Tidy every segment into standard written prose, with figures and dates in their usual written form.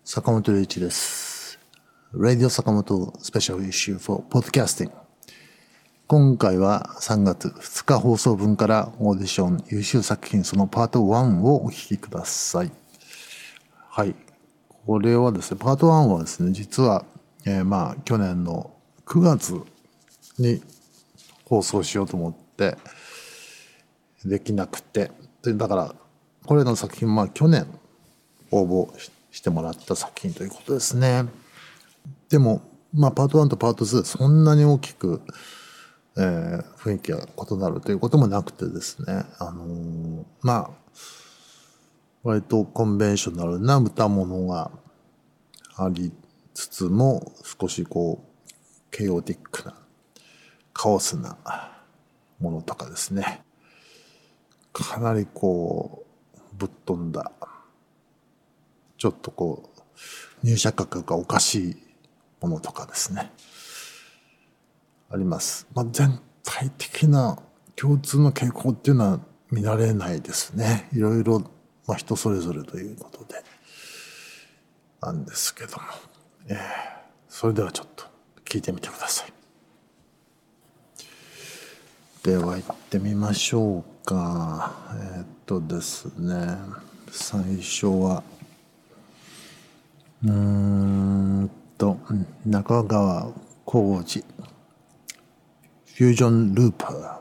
坂本龍一です。Radio 坂本スペシャルイシュー for Podcasting。今回は3月2日放送分からオーディション優秀作品そのパート1をお聞きください。はい。これはですね、パート1はですね、実は、去年の9月に放送しようと思ってできなくて、だからこれの作品去年応募してもらった作品ということですね。でもパート1とパート2そんなに大きく、雰囲気が異なるということもなくてですね、割とコンベンショナルな歌物がありつつも少しケイオティックなカオスなものとかですね、かなりぶっ飛んだちょっと入射角がおかしいものとかですねあります。全体的な共通の傾向っていうのは見られないですね。いろいろ人それぞれということでなんですけども、それではちょっと聞いてみてください。では行ってみましょうか。ですね、最初は中川浩二フュージョンルーパー。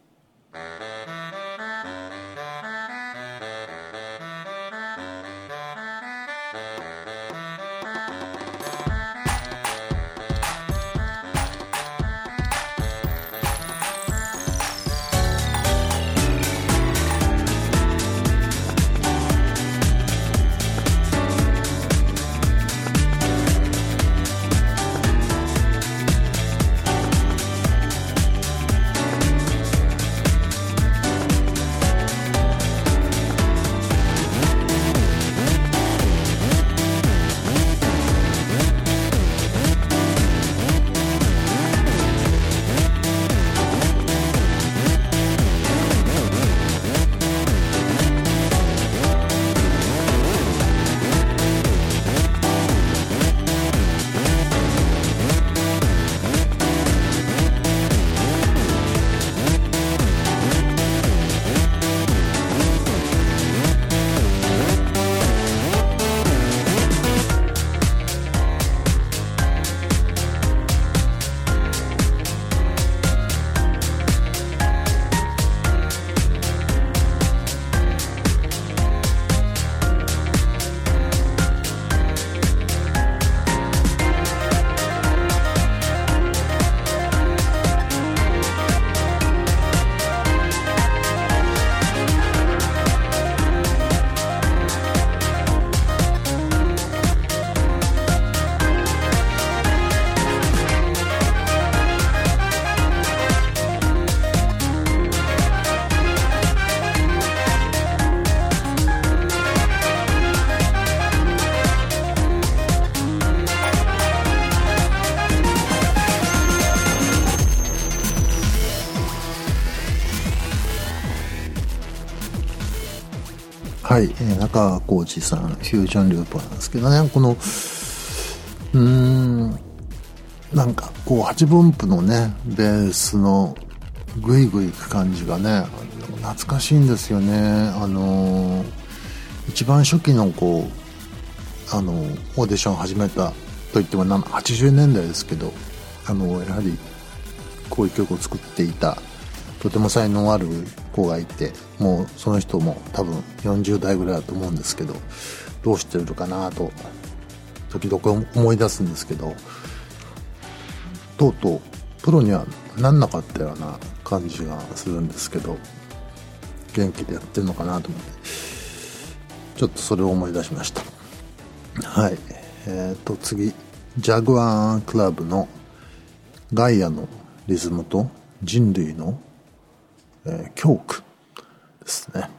はい、中川浩二さんフュージョンルーパーなんですけどね、8分音符のねベースのグイグイいく感じがね懐かしいんですよね。一番初期のオーディションを始めたといっても80年代ですけど、やはりこういう曲を作っていたとても才能ある子がいて、もうその人も多分40代ぐらいだと思うんですけど、どうしてるのかなと時々思い出すんですけど、とうとうプロにはなんなかったような感じがするんですけど、元気でやってるのかなと思ってちょっとそれを思い出しました。はい。次ジャグワークラブのガイアのリズムと人類の教区ですね。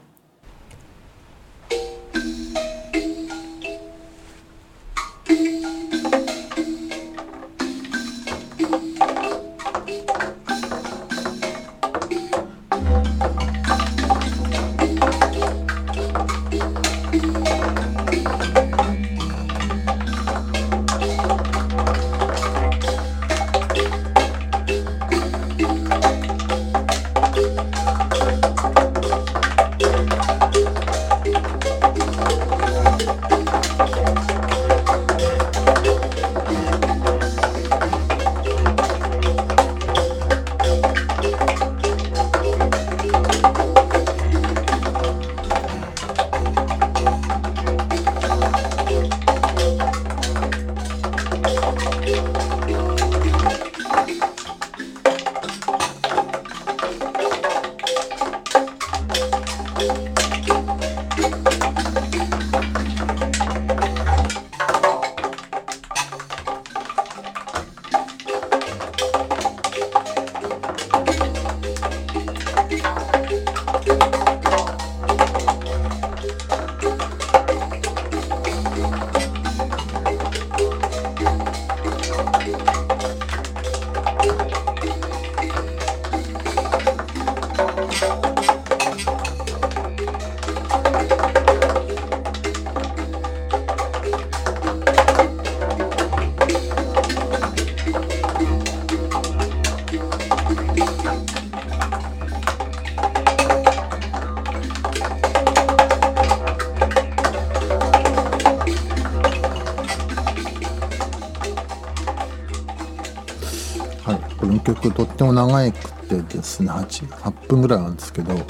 この曲とっても長くてですね 8分ぐらいなんですけど、ジ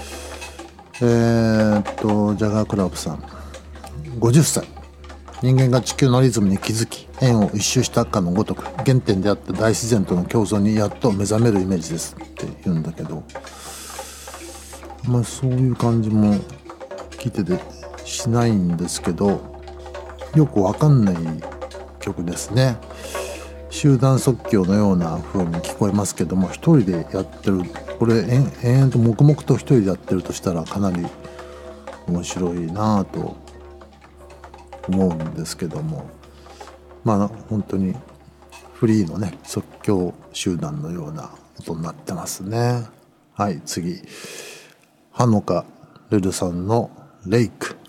ャガークラブさん50歳、人間が地球のリズムに気づき円を一周したかのごとく原点であった大自然との共存にやっと目覚めるイメージですって言うんだけど、まあそういう感じも聞いててしないんですけど、よくわかんない曲ですね。集団即興のような風に聞こえますけども、一人でやってる、これ延々と黙々と一人でやってるとしたらかなり面白いなぁと思うんですけども、まあ本当にフリーのね即興集団のような音になってますね。はい、次、ハノカルルさんのレイク。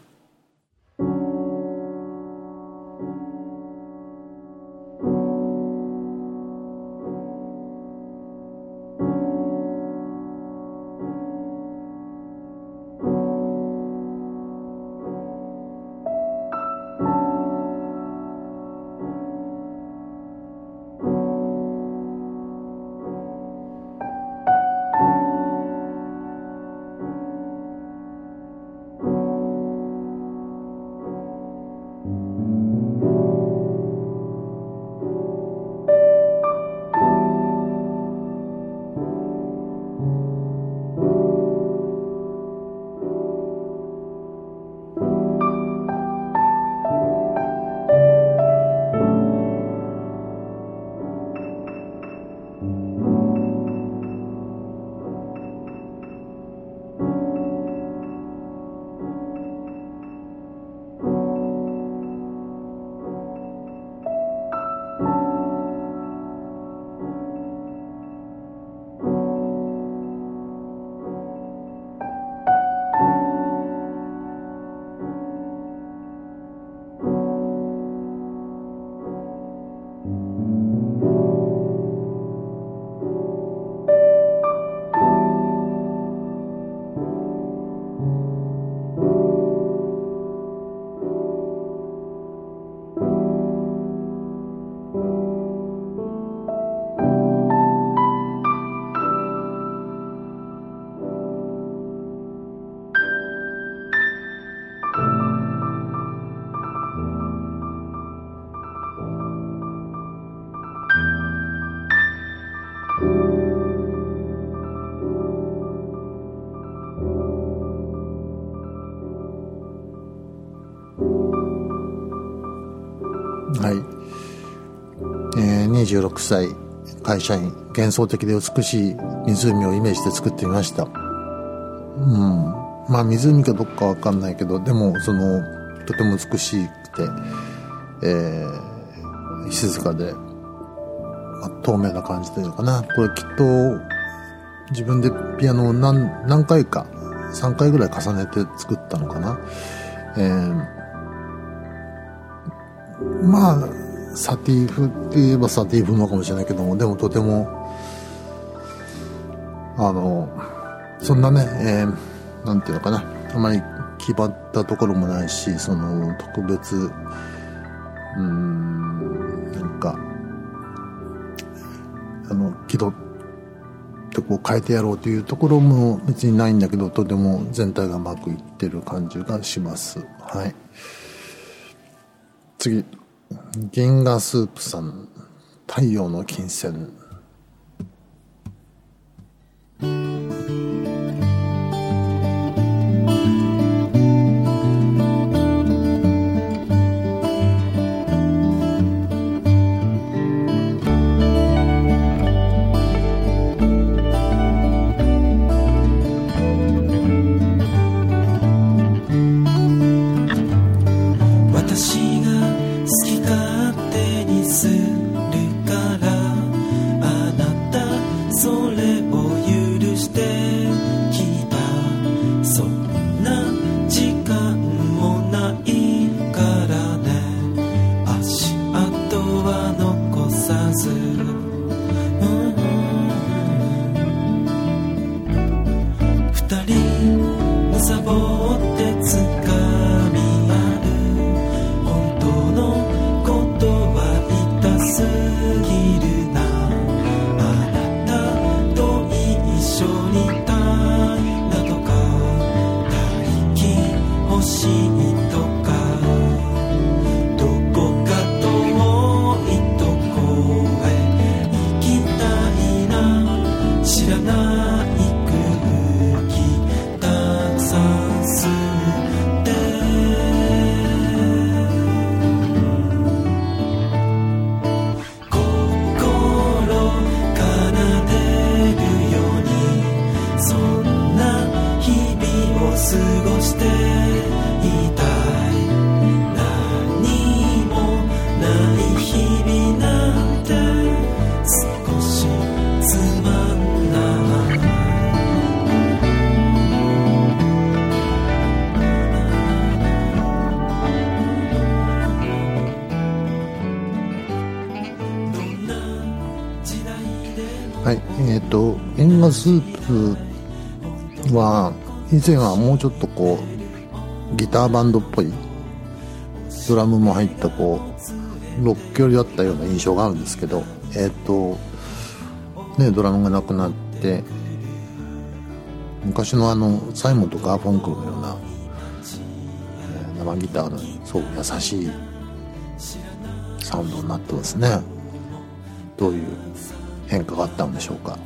はい、26歳会社員、幻想的で美しい湖をイメージして作ってみました。まあ湖かどっかわかんないけど、でもそのとても美しくて、静かで、透明な感じというかな。これきっと自分でピアノを何回か3回ぐらい重ねて作ったのかな。まあサティーフって言えばサティーフのかもしれないけども、でもとてもそんなね、なんていうのかな、あまり気張ったところもないし、その特別なんか気取ってこう変えてやろうというところも別にないんだけど、とても全体がうまくいってる感じがします。はい、次、ゲンガスープさん、太陽の金銭。 私が好き勝手にするからはい、エンガスープは以前はもうちょっとこうギターバンドっぽいドラムも入ったこうロック寄りだったような印象があるんですけど、ドラムがなくなって昔のサイモンとガーフォンクルのような、生ギターのすごく優しいサウンドになってますね。どういう変化があったんでしょうか。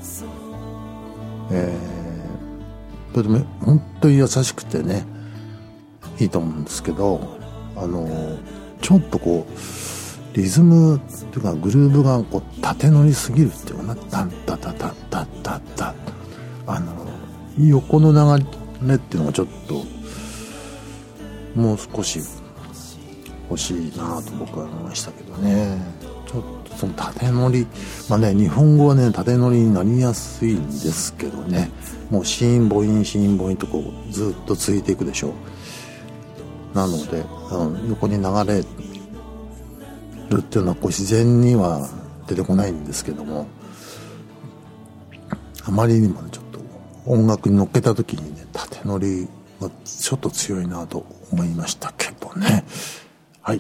とても本当に優しくてねいいと思うんですけど、ちょっとこうリズムっていうかグルーヴがこう縦乗りすぎるっていうかな、タンタタタタタタ、横の流れっていうのがちょっともう少し欲しいなと僕は思いましたけどね。ちょっとその縦乗り、日本語はね縦乗りになりやすいんですけどね、もう子音母音子音母音とこうずっとついていくでしょう。なので、横に流れるっていうのはこう自然には出てこないんですけども、あまりにもねちょっと音楽に乗っけた時にね縦乗りがちょっと強いなと思いましたけどね。はい、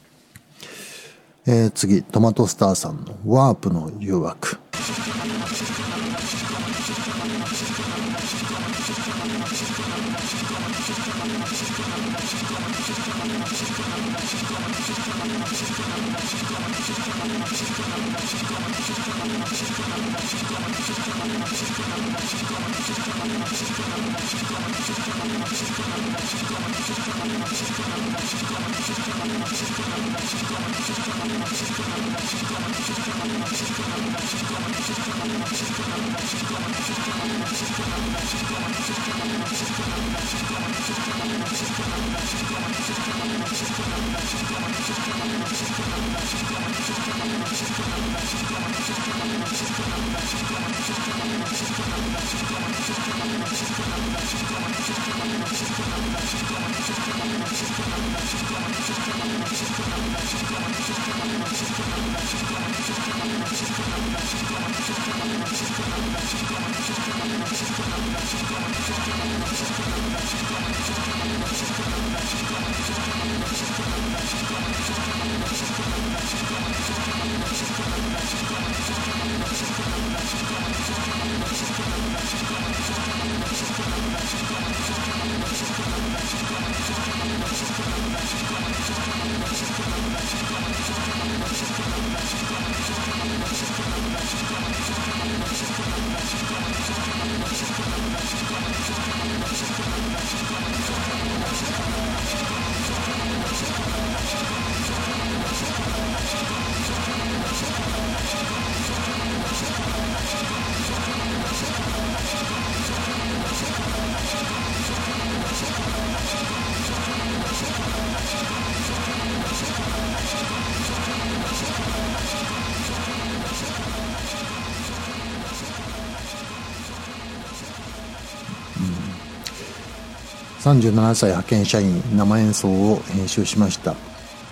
次トマトスターさんのワープの誘惑。37歳派遣社員生演奏を編集しました。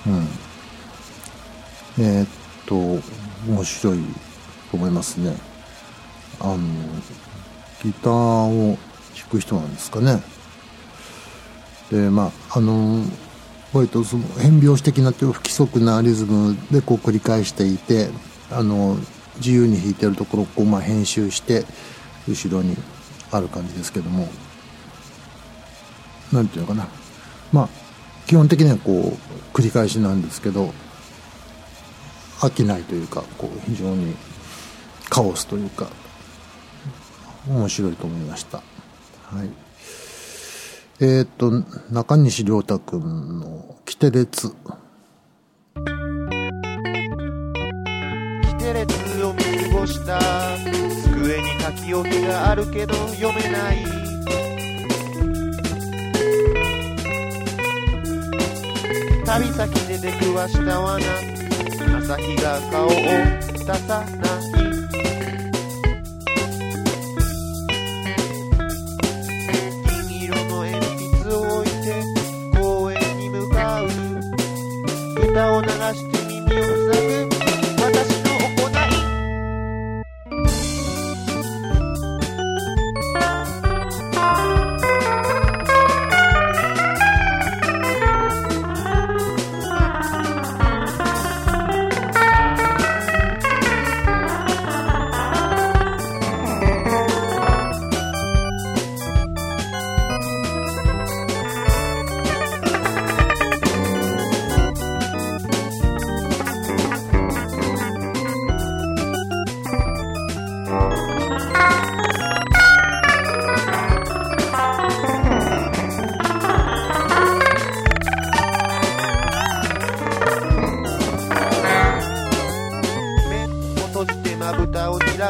面白いと思いますね。ギターを弾く人なんですかね。で割とその変拍子的な不規則なリズムでこう繰り返していて、自由に弾いてるところをこう編集して後ろにある感じですけども、なんていうのかな、基本的にはこう繰り返しなんですけど飽きないというか、こう非常にカオスというか面白いと思いました。はい。中西亮太くんのキテレツ。 キテレツを見過ごした。机に書き置きがあるけど読めない。旅先で出くわした罠。朝日が顔を出さない。歌を流して耳を塞ぐ私の行い。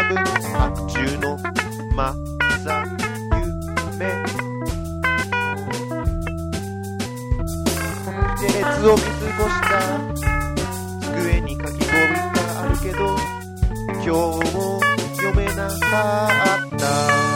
む白昼のまさ夢季節を見過ごした机に書き込みがあるけど今日も読めなかった。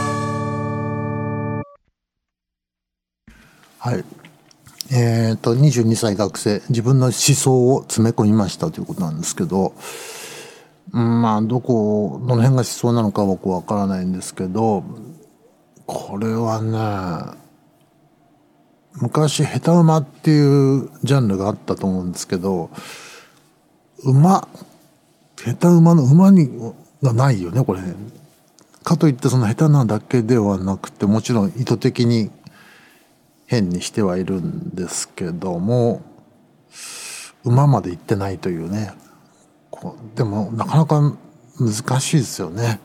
はい。22歳学生、自分の思想を詰め込みましたということなんですけど、まあ、どの辺が思想なのか僕はわからないんですけど、これはね、昔、下手馬っていうジャンルがあったと思うんですけど、下手馬の馬がないよね、これ。かといってその下手なだけではなくて、もちろん意図的に変にしてはいるんですけども、馬まで行ってないというね。でもなかなか難しいですよね。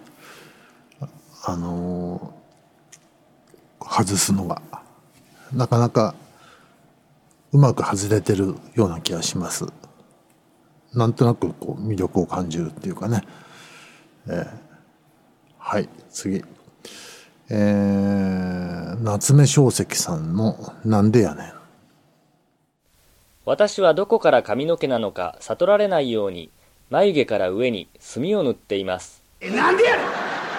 外すのが。なかなかうまく外れてるような気がします。なんとなくこう魅力を感じるっていうかね。はい、次。夏目漱石さんのなんでやねん。 私はどこから髪の毛なのか悟られないように眉毛から上に墨を塗っています。 なんでやねん。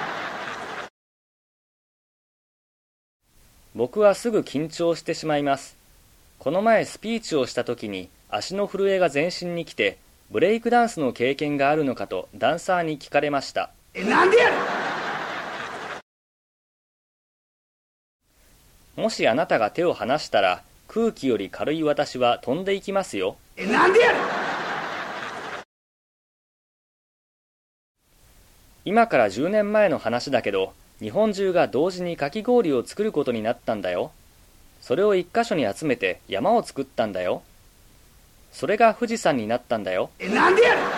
僕はすぐ緊張してしまいます。この前スピーチをした時に足の震えが全身に来て、ブレイクダンスの経験があるのかとダンサーに聞かれました。 なんでやねん。もしあなたが手を離したら空気より軽い私は飛んでいきますよ。 なんでやねん。 今から10年前の話だけど、日本中が同時にかき氷を作ることになったんだよ。それを一箇所に集めて山を作ったんだよ。それが富士山になったんだよ。 なんでやねん。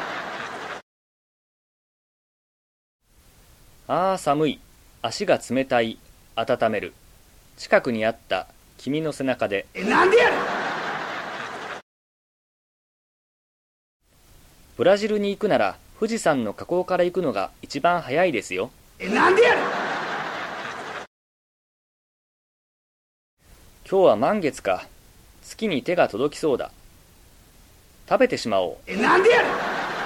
ああ寒い、足が冷たい、温める。近くにあった君の背中で。 なんでやねん。 ブラジルに行くなら富士山の火口から行くのが一番早いですよ。 なんでやねん。 今日は満月か。月に手が届きそうだ。食べてしまおう。 なんでやねん。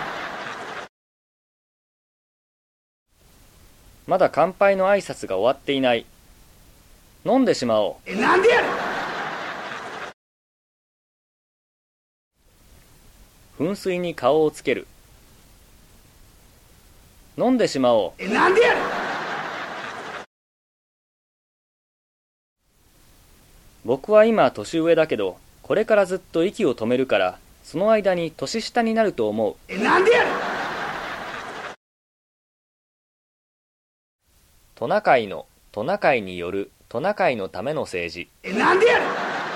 まだ乾杯の挨拶が終わっていない。飲んでしまおう。 なんでやねん。 噴水に顔をつける。飲んでしまおう。 なんでやねん。 僕は今年上だけど、これからずっと息を止めるから、その間に年下になると思う。 なんでやねん。 トナカイのトナカイによるトナカイのための政治。 なんでやねん。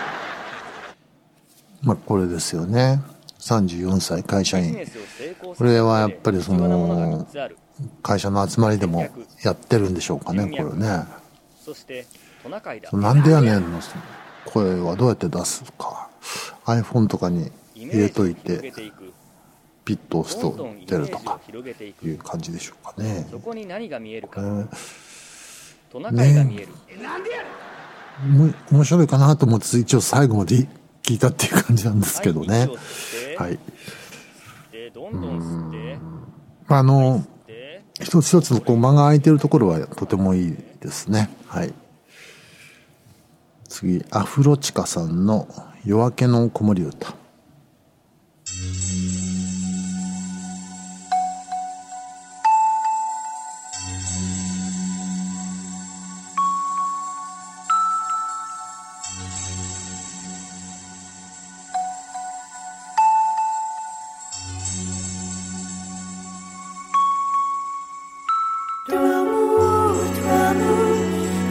まあこれですよね。34歳会社員。これはやっぱりその会社の集まりでもやってるんでしょうかね、これね。 そしてトナカイだ。 なんでやねんの声はどうやって出すか。iPhone とかに入れといてピッと押すと出るとかいう感じでしょうかね。 そこに何が見えるか。トナカイが見える。 面白いかなと思って一応最後まで聞いたっていう感じなんですけどね。はい。一つ一つのこう間が空いてるところはとてもいいですね。はい。次、アフロチカさんの夜明けの子守歌。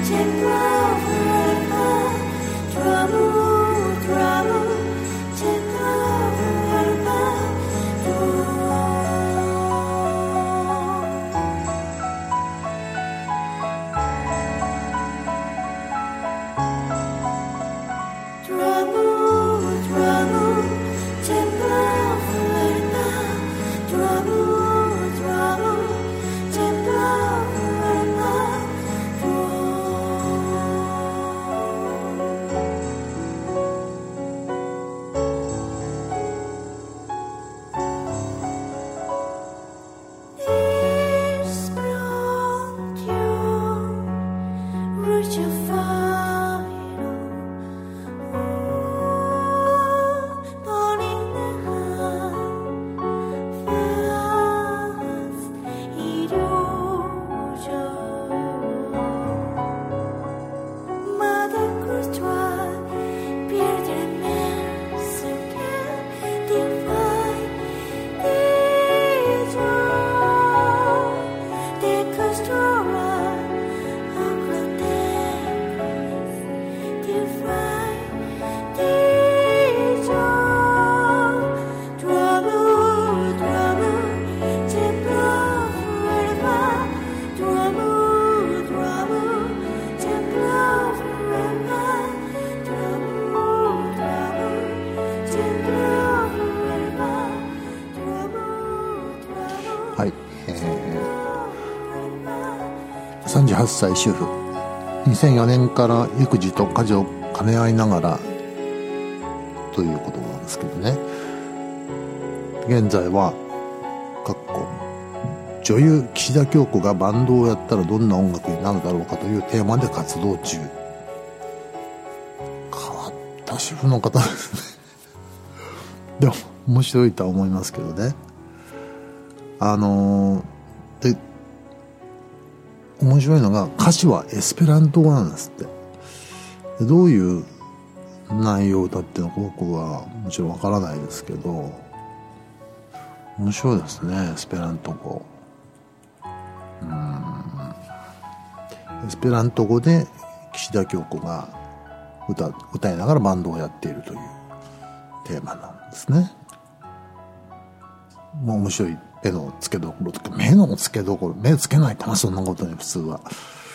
Take 38歳主婦。2004年から育児と家事を兼ね合いながらということなんですけどね。現在は女優岸田京子がバンドをやったらどんな音楽になるだろうかというテーマで活動中。変わった主婦の方ですね。でも面白いとは思いますけどね。で面白いのが歌詞はエスペラント語なんですって。でどういう内容だっていうのは僕はもちろんわからないですけど、面白いですね、エスペラント語。エスペラント語で岸田京子が歌いながらバンドをやっているというテーマなんですね。面白い目の付けどころとか、目の付けどころ、目つけないかな、そんなことに普通は。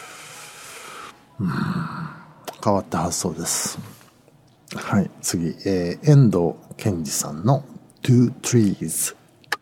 変わった発想です。はい、次、遠藤健二さんの Two Trees。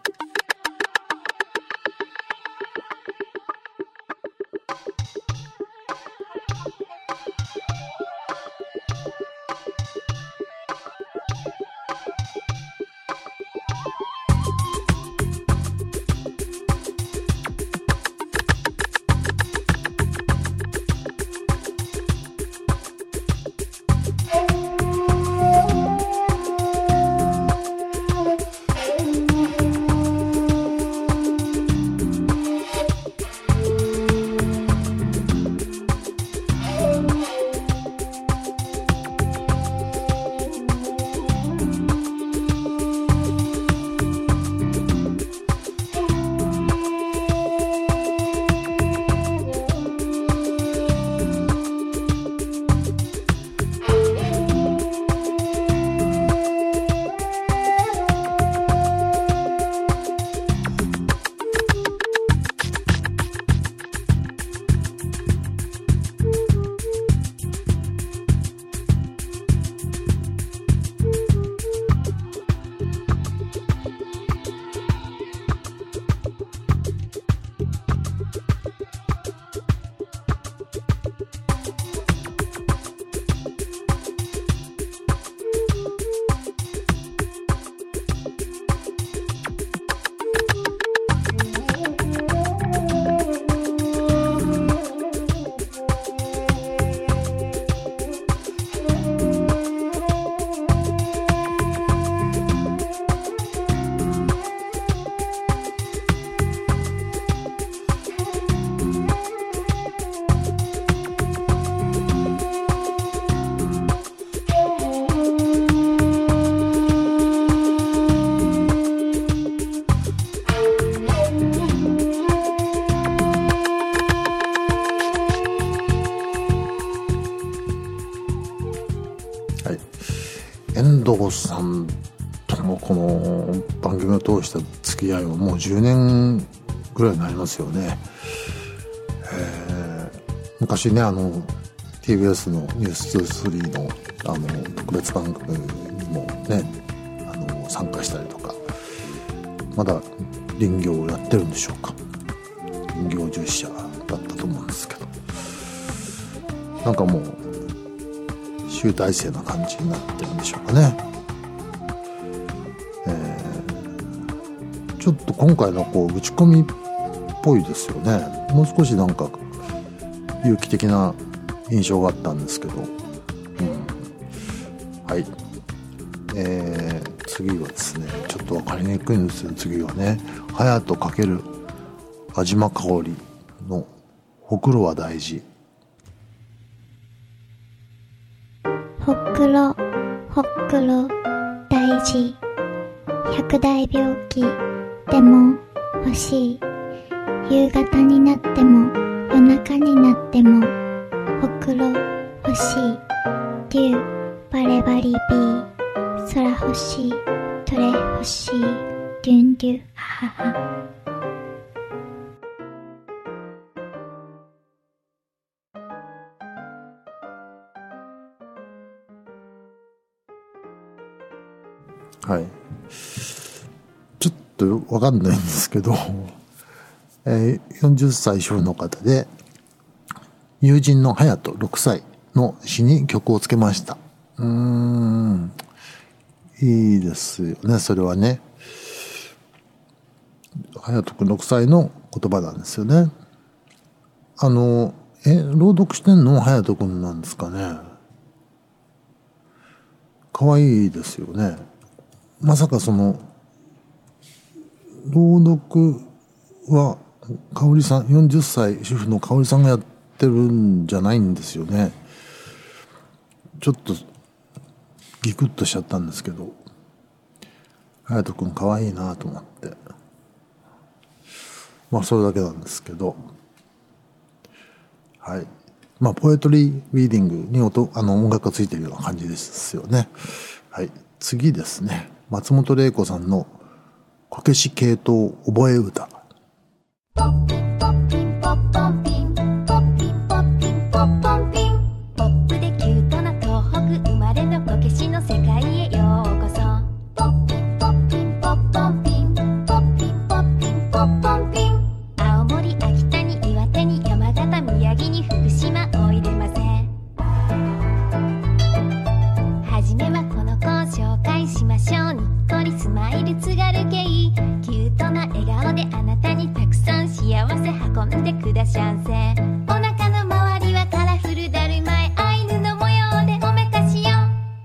遠藤さんとのこの番組を通した付き合いはもう10年ぐらいになりますよね。昔ね、TBS のニュース23の特別番組にもね参加したりとか、まだ林業をやってるんでしょうか。林業従事者だったと思うんですけど、なんかもう集大成な感じになってるんでしょうかね。ちょっと今回の打ち込みっぽいですよね。もう少しなんか有機的な印象があったんですけど、はい、次はですね、ちょっと分かりにくいんですよ。次はね、隼人×安島香織のほくろは大事。 ほくろほくろ大事、百大病気でも欲しい、夕方になっても夜中になってもほくろ欲しい、デューバレバリビー、空欲しい、トレ欲しい、デュンデュハハハ。 はい、ちょっとわかんないんですけど、40歳主婦の方で友人の隼人6歳の詩に曲をつけました。いいですよね、それはね。隼人くん6歳の言葉なんですよね。朗読してんの隼人くんなんですかね。可愛いですよね。まさかその朗読は香織さん、40歳主婦の香織さんがやってるんじゃないんですよね。ちょっとギクッとしちゃったんですけど、隼人くん可愛いなと思って、まあそれだけなんですけど、はい。まあポエトリーリーディングに音楽がついてるような感じですよね。はい。次ですね。松本零士さんのこけし系統覚え歌。 ポッピンポッピンポッポンピンポッピンポッピンポッポンピンポップでキュートな東北生まれのこけしの世界へようこそ。ポッピンポッピンポッポンピンポッピンポッピンポッポンピン青森秋田に岩手に山形宮城に福島おいでませ。はじめはこの子を紹介しましょう。にっこりスマイル津軽系キュートな笑顔であなたにたくさん幸せ運んでくだしゃんせ。お腹の周りはカラフルだるまえアイヌの模様でおめかしよ。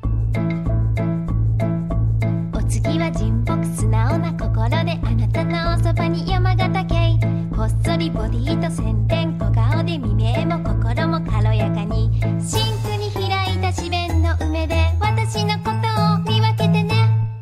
お次は純朴素直な心であなたのおそばに山形系ほっそりボディと洗練小顔で未明も心も軽やかにシンクに開いた四弁の梅で私のことを見分けてね。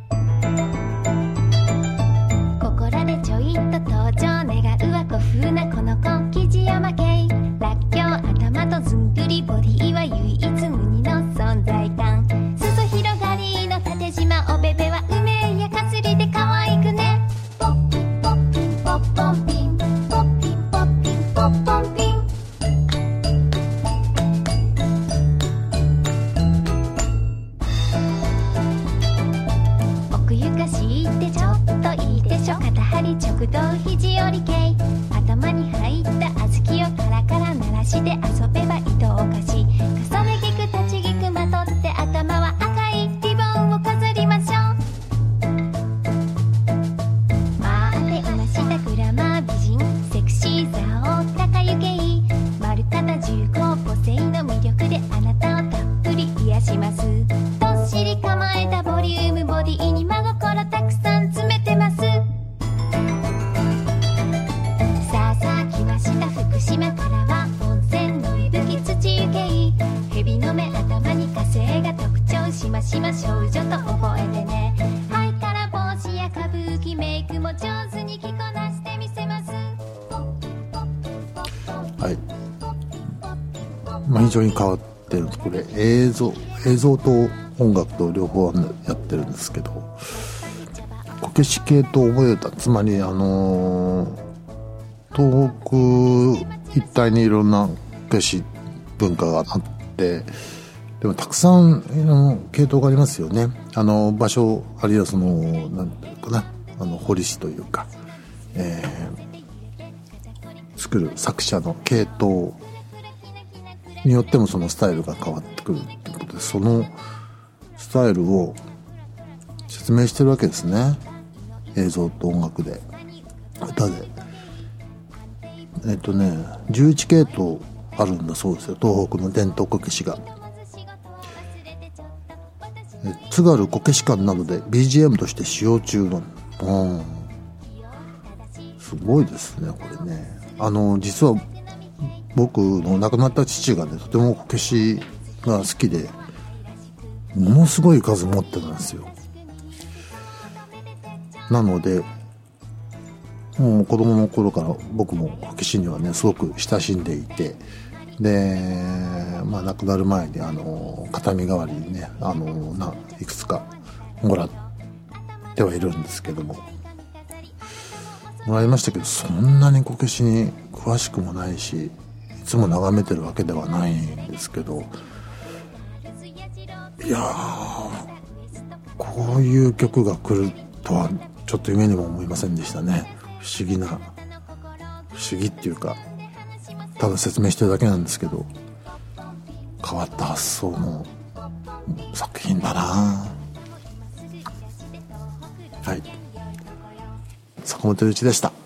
ちょいっと登場願うは古風なこの子生地山系らっきょう頭とずんぐりボディは唯一無二の存在感裾広がりの縦縞おべべは梅やかすりで可愛くね。ポッピンポッピンポッポンピンポッピンポッピンポッポンピン奥ゆかしいってちょっといいでしょ。肩張り直道肘折り系頭に入った小豆をカラカラ鳴らして遊べば糸おかし重ね菊立ち菊まとって頭は赤いリボンを飾りましょう。まあてうましたグラマー美人セクシーさを高ゆけい丸肩重厚母性の魅力であなたをたっぷり癒します。どっしり構えたボリュームボディに真心たくさん詰めてます。福島からは温泉のいぶき土湯系蛇の目頭に火星が特徴しましま少女と覚えてね。ハイカラ帽子や歌舞伎メイクも上手に着こなしてみせます。 はい。まあ非常に変わってるんです。これ映像と音楽と両方やってるんですけど、こけし系と覚えた、つまり東北一帯にいろんなこけし文化があって、でもたくさん系統がありますよね。場所あるいはそのなんていうかな、彫り師というか、作る作者の系統によってもそのスタイルが変わってくるということで、そのスタイルを説明してるわけですね。映像と音楽で、歌で。11系統あるんだそうですよ、東北の伝統こけしが。津軽こけし館などで BGM として使用中の、すごいですねこれね。実は僕の亡くなった父がね、とてもこけしが好きでものすごい数持ってたんですよ。なのでもう子供の頃から僕もこけしにはねすごく親しんでいて、で亡くなる前に形見代わりにねいくつかもらってはいるんですけども、もらいましたけど、そんなにこけしに詳しくもないし、いつも眺めてるわけではないんですけど、いやー、こういう曲が来るとはちょっと夢にも思いませんでしたね。不思議っていうかただ説明してるだけなんですけど、変わった発想の作品だな。はい、坂本龍一でした。